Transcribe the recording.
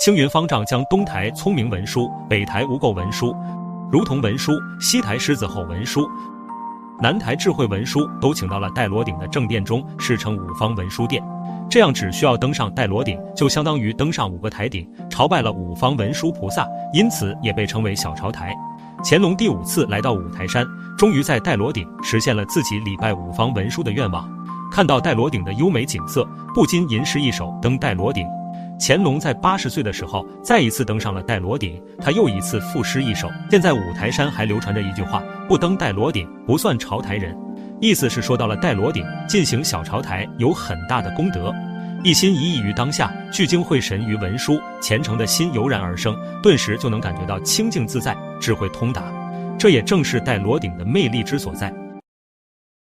青云方丈将东台聪明文书、北台无垢文书、如同文书、西台狮子吼文书、南台智慧文书都请到了戴罗顶的正殿中，世称五方文书殿。这样只需要登上戴罗顶，就相当于登上5个台顶，朝拜了五方文殊菩萨，因此也被称为小朝台。乾隆第5次来到五台山，终于在戴罗顶实现了自己礼拜五方文殊的愿望。看到戴罗顶的优美景色，不禁吟诗一首登戴罗顶。乾隆在80岁的时候，再一次登上了戴罗顶，他又一次赋诗一首。现在五台山还流传着一句话：不登戴罗顶，不算朝台人。意思是说到了戴罗顶进行小朝台有很大的功德，一心一意于当下，聚精会神于文书，虔诚的心油然而生，顿时就能感觉到清净自在，智慧通达。这也正是戴罗顶的魅力之所在。